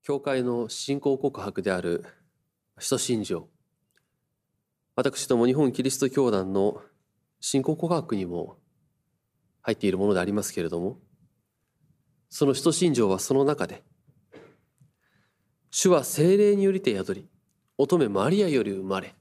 教会の信仰告白である使徒信条、私ども日本キリスト教団の信仰告白にも入っているものでありますけれども、その使徒信条はその中で、主は聖霊によりて宿り、乙女マリアより生まれ、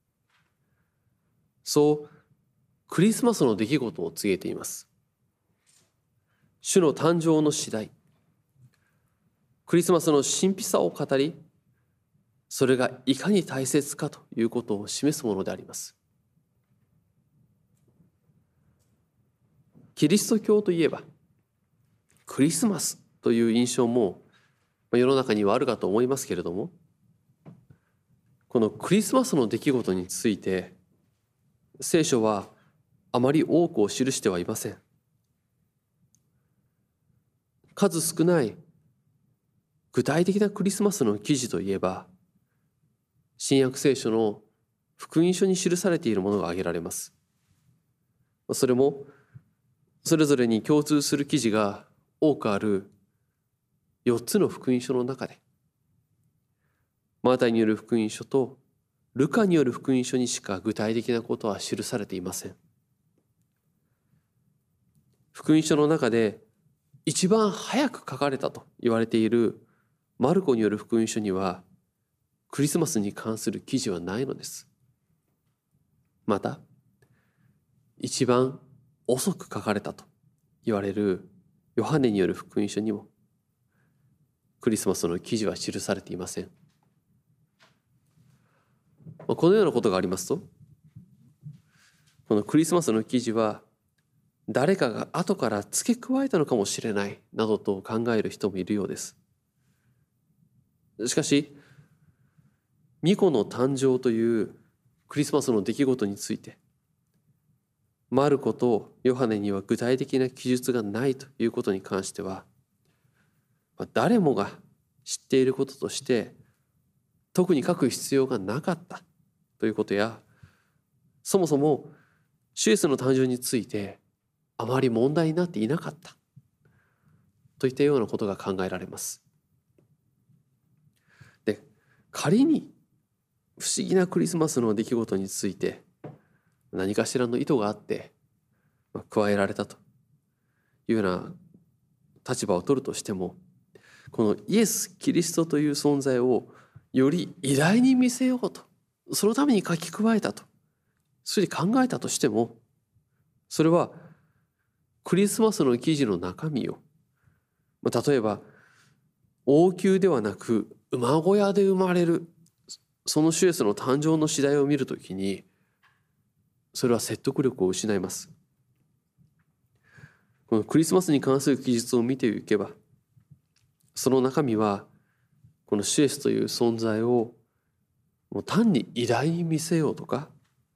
そうクリスマスの出来事を告げています。主の誕生の次第、クリスマスの神秘さを語り、それがいかに大切かということを示すものであります。キリスト教といえば、クリスマスという印象も世の中にはあるかと思いますけれども、このクリスマスの出来事について、聖書はあまり多くを記してはいません。数少ない具体的なクリスマスの記事といえば、新約聖書の福音書に記されているものが挙げられます。それもそれぞれに共通する記事が多くある4つの福音書の中で、マタイによる福音書とルカによる福音書にしか具体的なことは記されていません。福音書の中で一番早く書かれたと言われているマルコによる福音書にはクリスマスに関する記事はないのです。また一番遅く書かれたと言われるヨハネによる福音書にもクリスマスの記事は記されていません。このようなことがありますと、このクリスマスの記事は誰かが後から付け加えたのかもしれないなどと考える人もいるようです。しかし、御子の誕生というクリスマスの出来事について、マルコとヨハネには具体的な記述がないということに関しては、誰もが知っていることとして特に書く必要がなかったということや、そもそも主イエスの誕生についてあまり問題になっていなかったといったようなことが考えられます。で、仮に不思議なクリスマスの出来事について何かしらの意図があって加えられたというような立場を取るとしても、このイエス・キリストという存在をより偉大に見せようと、そのために書き加えたと、それで考えたとしても、それはクリスマスの記事の中身を、例えば王宮ではなく馬小屋で生まれるその主イエスの誕生の次第を見るときに、それは説得力を失います。このクリスマスに関する記述を見ていけば、その中身はこの主イエスという存在をもう単に偉大に見せようとか、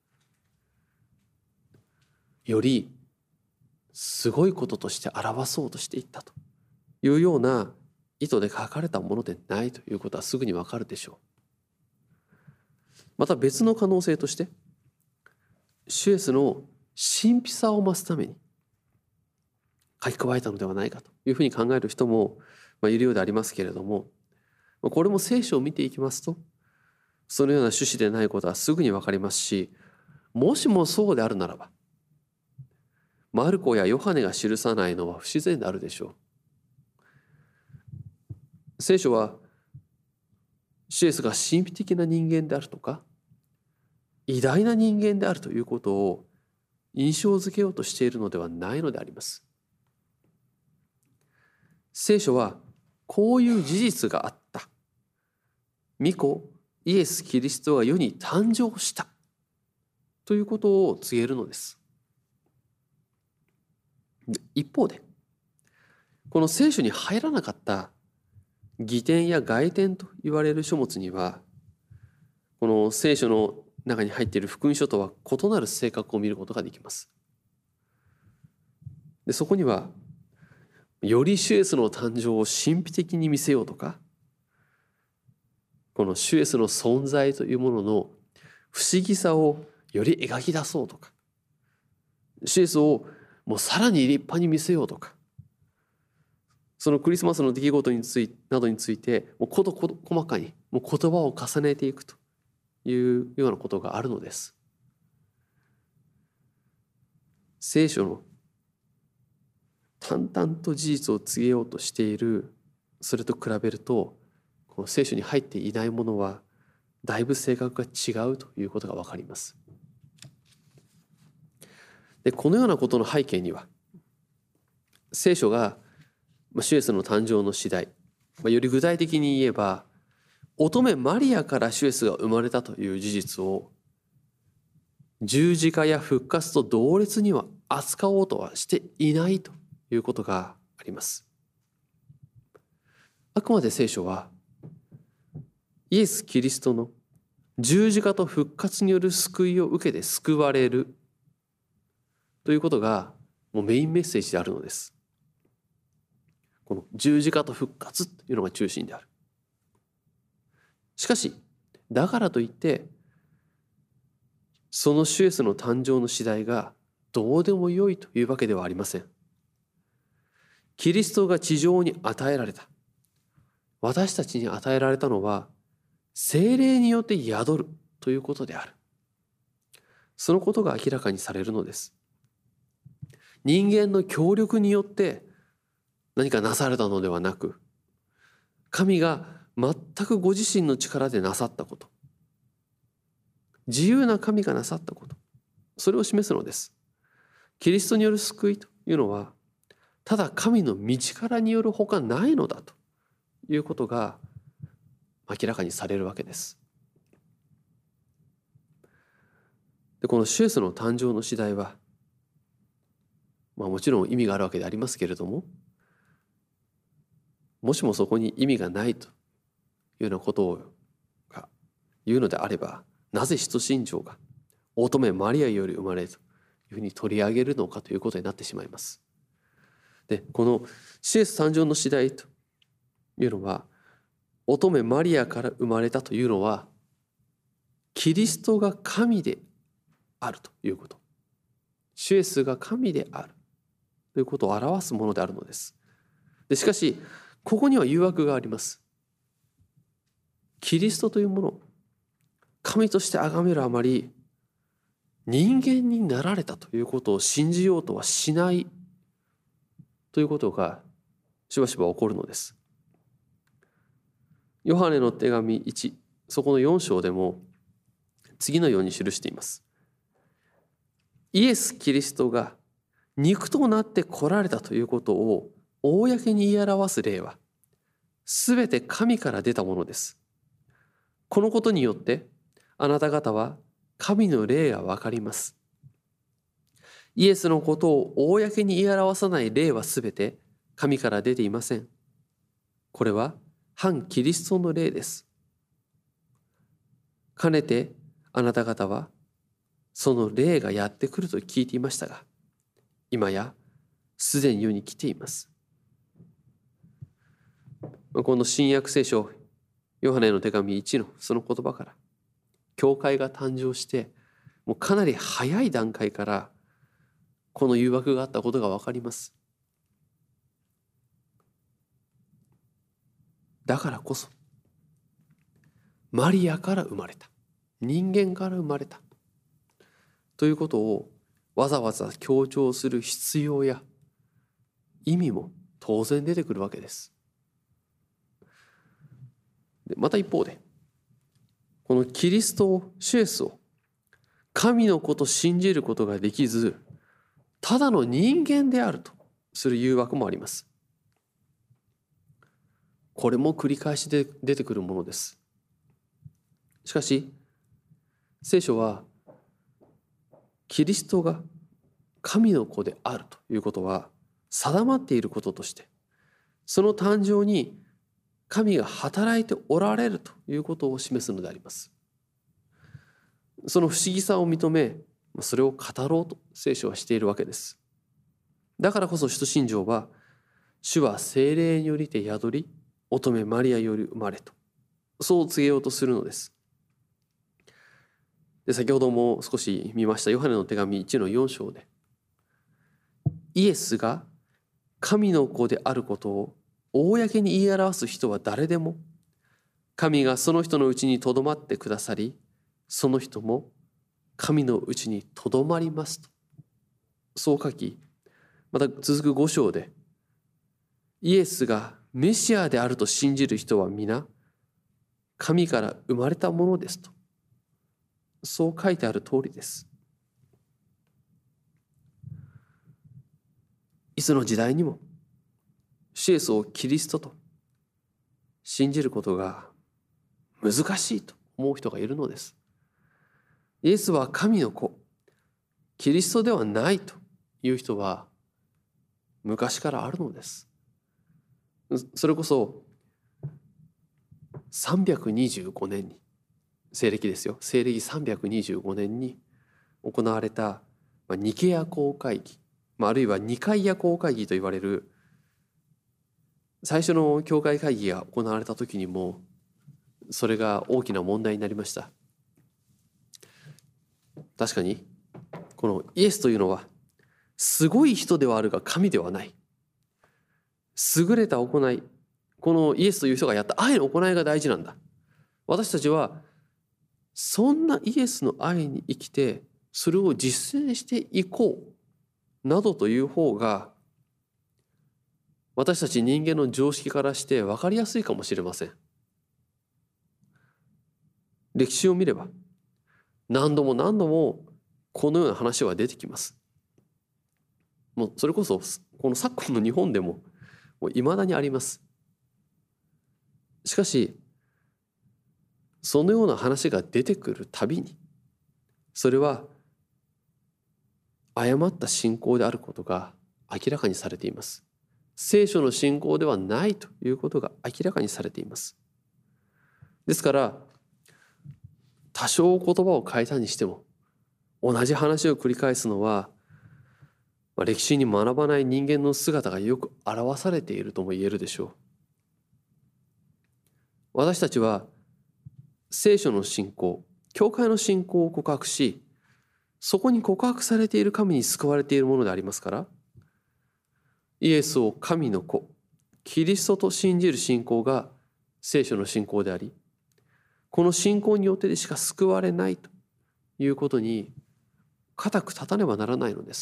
よりすごいこととして表そうとしていったというような意図で書かれたものでないということはすぐにわかるでしょう。また別の可能性として、主イエスの神秘さを増すために書き加えたのではないかというふうに考える人もいるようでありますけれども、これも聖書を見ていきますと、そのような趣旨でないことはすぐにわかりますし、もしもそうであるならば、マルコやヨハネが記さないのは不自然であるでしょう。聖書は主イエスが神秘的な人間であるとか、偉大な人間であるということを印象づけようとしているのではないのであります。聖書はこういう事実があった。御子イエス・キリストが世に誕生したということを告げるのです。一方で、この聖書に入らなかった義典や外典と言われる書物には、この聖書の中に入っている福音書とは異なる性格を見ることができます。で、そこにはより主イエスの誕生を神秘的に見せようとか、この主イエスの存在というものの不思議さをより描き出そうとか、主イエスをもうさらに立派に見せようとか、 そのクリスマスの出来事などについてもう事細かにもう言葉を重ねていくというようなことがあるのです。聖書の淡々と事実を告げようとしているそれと比べると、この聖書に入っていないものはだいぶ性格が違うということが分かります。でこのようなことの背景には、聖書が主イエスの誕生の次第、より具体的に言えば乙女マリアから主イエスが生まれたという事実を十字架や復活と同列には扱おうとはしていないということがあります。あくまで聖書はイエス・キリストの十字架と復活による救いを受けて救われるということがもうメインメッセージであるのです。この十字架と復活というのが中心である。しかしだからといってその主イエスの誕生の次第がどうでもよいというわけではありません。キリストが地上に与えられた、私たちに与えられたのは聖霊によって宿るということである。そのことが明らかにされるのです。人間の協力によって何かなされたのではなく、神が全くご自身の力でなさったこと、自由な神がなさったこと、それを示すのです。キリストによる救いというのはただ神の道からによるほかないのだということが明らかにされるわけです。でこの主イエスの誕生の次第は、もちろん意味があるわけでありますけれども、もしもそこに意味がないというようなことを言うのであれば、なぜ使徒信条が乙女マリアより生まれというふうに取り上げるのかということになってしまいます。でこの主イエス誕生の次第というのは、乙女マリアから生まれたというのはキリストが神であるということ、主イエスが神であるということを表すものであるのです。でしかしここには誘惑があります。キリストというものを神として崇めるあまり、人間になられたということを信じようとはしないということがしばしば起こるのです。ヨハネの手紙1、そこの4章でも次のように記しています。イエス・キリストが肉となって来られたということを公に言い表す例は、すべて神から出たものです。このことによってあなた方は神の霊がわかります。イエスのことを公に言い表さない霊はすべて神から出ていません。これは反キリストの霊です。かねてあなた方はその霊がやってくると聞いていましたが、今やすでに世に来ています。この新約聖書ヨハネの手紙1のその言葉から、教会が誕生してもうかなり早い段階からこの誘惑があったことが分かります。だからこそマリアから生まれた、人間から生まれたということをわざわざ強調する必要や意味も当然出てくるわけです。でまた一方で、このキリストを、主イエスを神の子と信じることができず、ただの人間であるとする誘惑もあります。これも繰り返しで出てくるものです。しかし聖書はキリストが神の子であるということは定まっていることとして、その誕生に神が働いておられるということを示すのであります。その不思議さを認め、それを語ろうと聖書はしているわけです。だからこそ使徒信条は、主は聖霊によりて宿り、乙女マリアより生まれと、そう告げようとするのです。で先ほども少し見ましたヨハネの手紙1の4章で、イエスが神の子であることを公に言い表す人は誰でも、神がその人のうちにとどまってくださり、その人も神のうちにとどまりますと。そう書き、また続く5章で、イエスがメシアであると信じる人は皆、神から生まれたものですと。そう書いてある通りです。いつの時代にも、主イエスをキリストと信じることが難しいと思う人がいるのです。イエスは神の子、キリストではないという人は昔からあるのです。それこそ325年に、西暦ですよ、西暦325年に行われたニケア公会議、あるいはニカイア公会議と言われる最初の教会会議が行われた時にも、それが大きな問題になりました。確かにこのイエスというのはすごい人ではあるが神ではない。優れた行い、このイエスという人がやった愛の行いが大事なんだ。私たちはそんなイエスの愛に生きて、それを実践していこうなどという方が、私たち人間の常識からして分かりやすいかもしれません。歴史を見れば何度も何度もこのような話は出てきます。もうそれこそこの昨今の日本でもいまだにあります。しかしそのような話が出てくるたびに、それは誤った信仰であることが明らかにされています。聖書の信仰ではないということが明らかにされています。ですから多少言葉を変えたにしても、同じ話を繰り返すのは、歴史に学ばない人間の姿がよく表されているとも言えるでしょう。私たちは聖書の信仰、教会の信仰を告白し、そこに告白されている神に救われているものでありますから、イエスを神の子、キリストと信じる信仰が聖書の信仰であり、この信仰によってでしか救われないということに固く立たねばならないのです。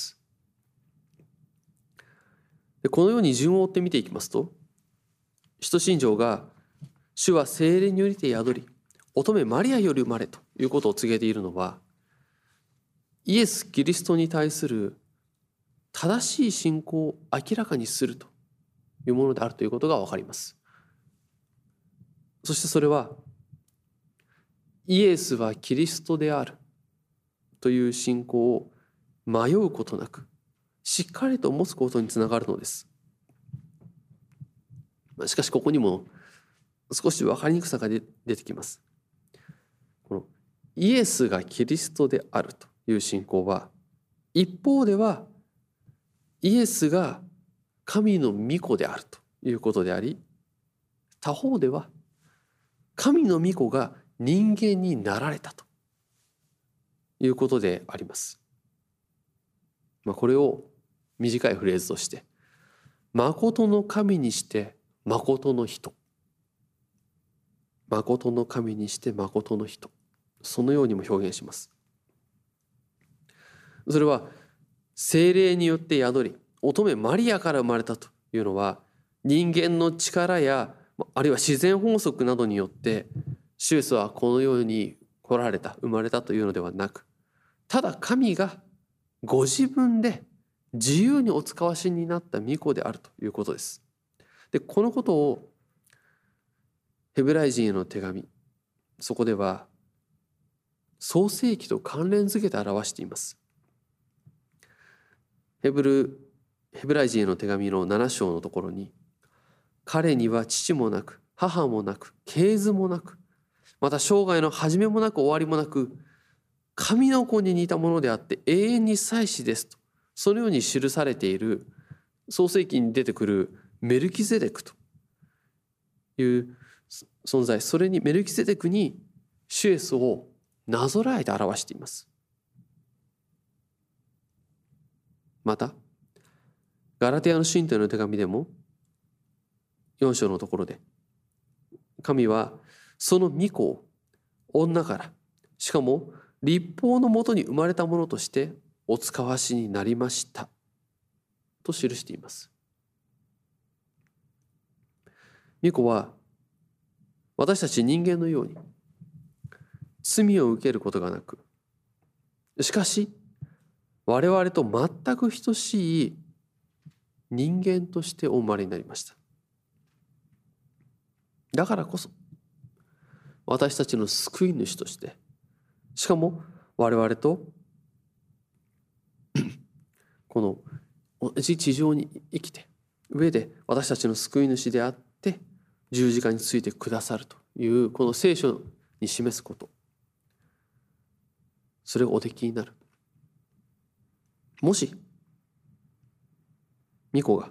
でこのように順を追って見ていきますと、使徒信条が主は聖霊によりて宿り、乙女マリアより生まれということを告げているのは、イエス・キリストに対する正しい信仰を明らかにするというものであるということがわかります。そしてそれは、イエスはキリストであるという信仰を迷うことなく、しっかりと持つことにつながるのです。しかしここにも少し分かりにくさが出てきます。このイエスがキリストであるという信仰は、一方ではイエスが神の御子であるということであり、他方では神の御子が人間になられたということであります。これを短いフレーズとして、誠の神にして誠の人、誠の神にして誠の人、そのようにも表現します。それは聖霊によって宿り、乙女マリアから生まれたというのは、人間の力やあるいは自然法則などによって主イエスはこの世に来られた、生まれたというのではなく、ただ神がご自分で自由にお使わしになった御子であるということです。で、このことをヘブライ人への手紙、そこでは創世記と関連づけて表しています。ヘブライ人への手紙の7章のところに、彼には父もなく母もなく系図もなく、また生涯の始めもなく終わりもなく、神の子に似たものであって永遠に祭司ですと、そのように記されている創世記に出てくるメルキゼデクという存在、それにメルキゼデクに主イエスをなぞらえて表しています。またガラテヤの信徒への手紙でも、 4章のところで、神はその御子を女から、しかも律法のもとに生まれたものとしてお使わしになりましたと記しています。御子は私たち人間のように罪を受けることがなく、しかし我々と全く等しい人間としてお生まれになりました。だからこそ私たちの救い主として、しかも我々とこの同じ地上に生きて上で私たちの救い主であって十字架についてくださるというこの聖書に示すこと、それをおできになる。もし御子が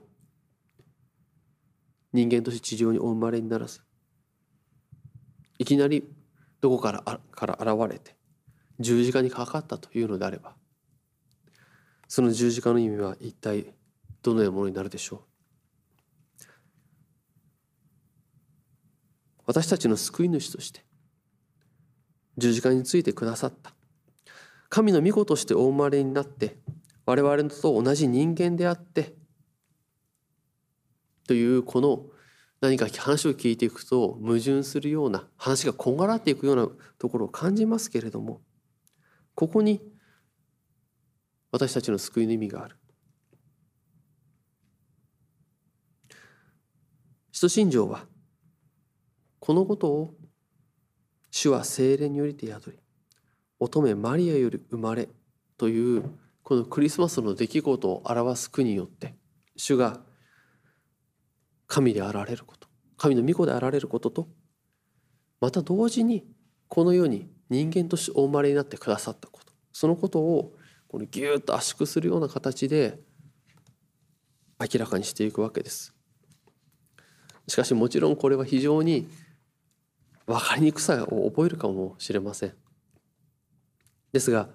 人間として地上にお生まれにならず、いきなりどこから現れて十字架にかかったというのであれば、その十字架の意味は一体どのようなものになるでしょう。私たちの救い主として十字架についてくださった神の御子としてお生まれになって、我々と同じ人間であってというこの何か話を聞いていくと矛盾するような、話がこんがらっていくようなところを感じますけれども、ここに私たちの救いの意味がある。使徒信条はこのことを主は聖霊によりて宿り、乙女マリアより生まれというこのクリスマスの出来事を表す句によって主が神であられること、神の御子であられることと、また同時にこの世に人間としてお生まれになってくださったこと、そのことをこのギューッと圧縮するような形で明らかにしていくわけです。しかしもちろんこれは非常に分かりにくさを覚えるかもしれません。ですが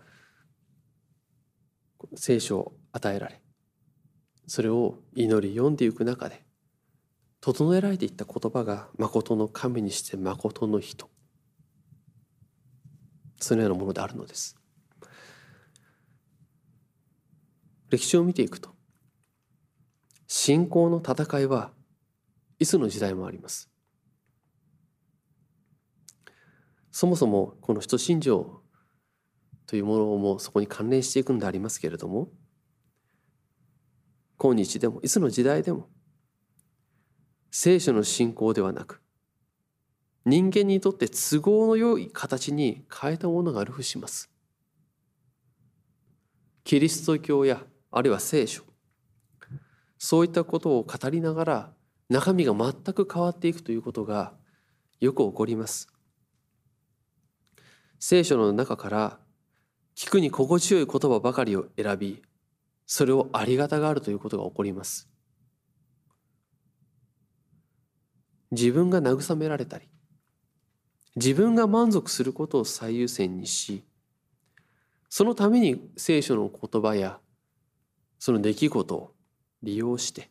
聖書を与えられ、それを祈り読んでいく中で整えられていった言葉が誠の神にして誠の人、そのようなものであるのです。歴史を見ていくと、信仰の戦いはいつの時代もあります。そもそもこの使徒信条というものもそこに関連していくんでありますけれども、今日でもいつの時代でも聖書の信仰ではなく、人間にとって都合の良い形に変えたものが流布します。キリスト教やあるいは聖書、そういったことを語りながら中身が全く変わっていくということがよく起こります。聖書の中から聞くに心地よい言葉ばかりを選び、それをありがたがるということが起こります。自分が慰められたり、自分が満足することを最優先にし、そのために聖書の言葉やその出来事を利用して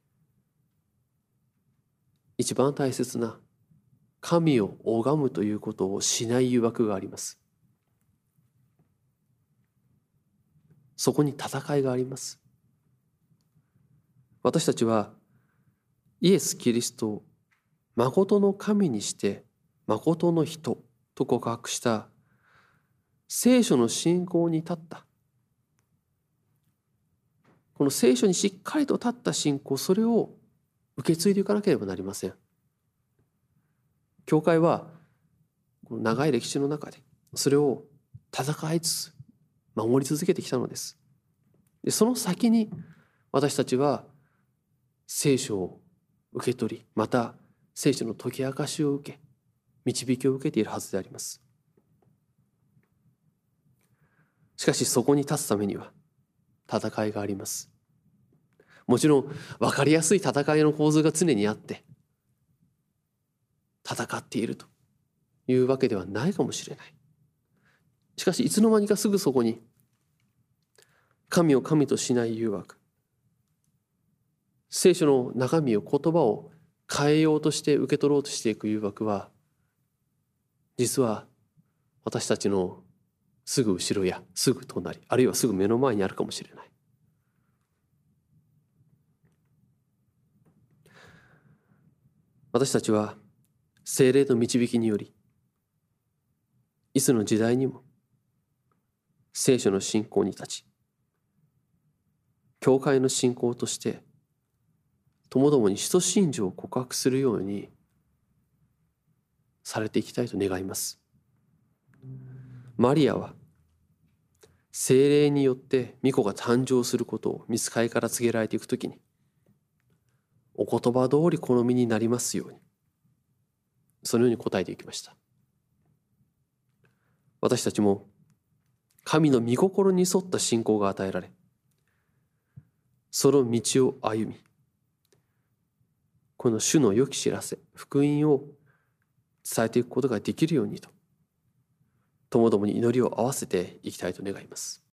一番大切な神を拝むということをしない誘惑があります。そこに戦いがあります。私たちはイエス・キリストを誠の神にして誠の人と告白した聖書の信仰に立った、この聖書にしっかりと立った信仰、それを受け継いでいかなければなりません。教会は長い歴史の中でそれを戦いつつ守り続けてきたのです。でその先に私たちは聖書を受け取り、また聖書の解き明かしを受け、導きを受けているはずであります。しかしそこに立つためには戦いがあります。もちろん分かりやすい戦いの構図が常にあって戦っているというわけではないかもしれない。しかしいつの間にかすぐそこに神を神としない誘惑、聖書の中身を、言葉を変えようとして受け取ろうとしていく誘惑は、実は私たちのすぐ後ろやすぐ隣、あるいはすぐ目の前にあるかもしれない。私たちは聖霊の導きにより、いつの時代にも聖書の信仰に立ち、教会の信仰としてともどもに使徒信条を告白するようにされていきたいと願います。マリアは聖霊によって御子が誕生することを御使いから告げられていくときに、お言葉通りこの身になりますように、そのように答えていきました。私たちも神の御心に沿った信仰が与えられ、その道を歩み、この主の良き知らせ、福音を伝えていくことができるようにと、ともどもに祈りを合わせていきたいと願います。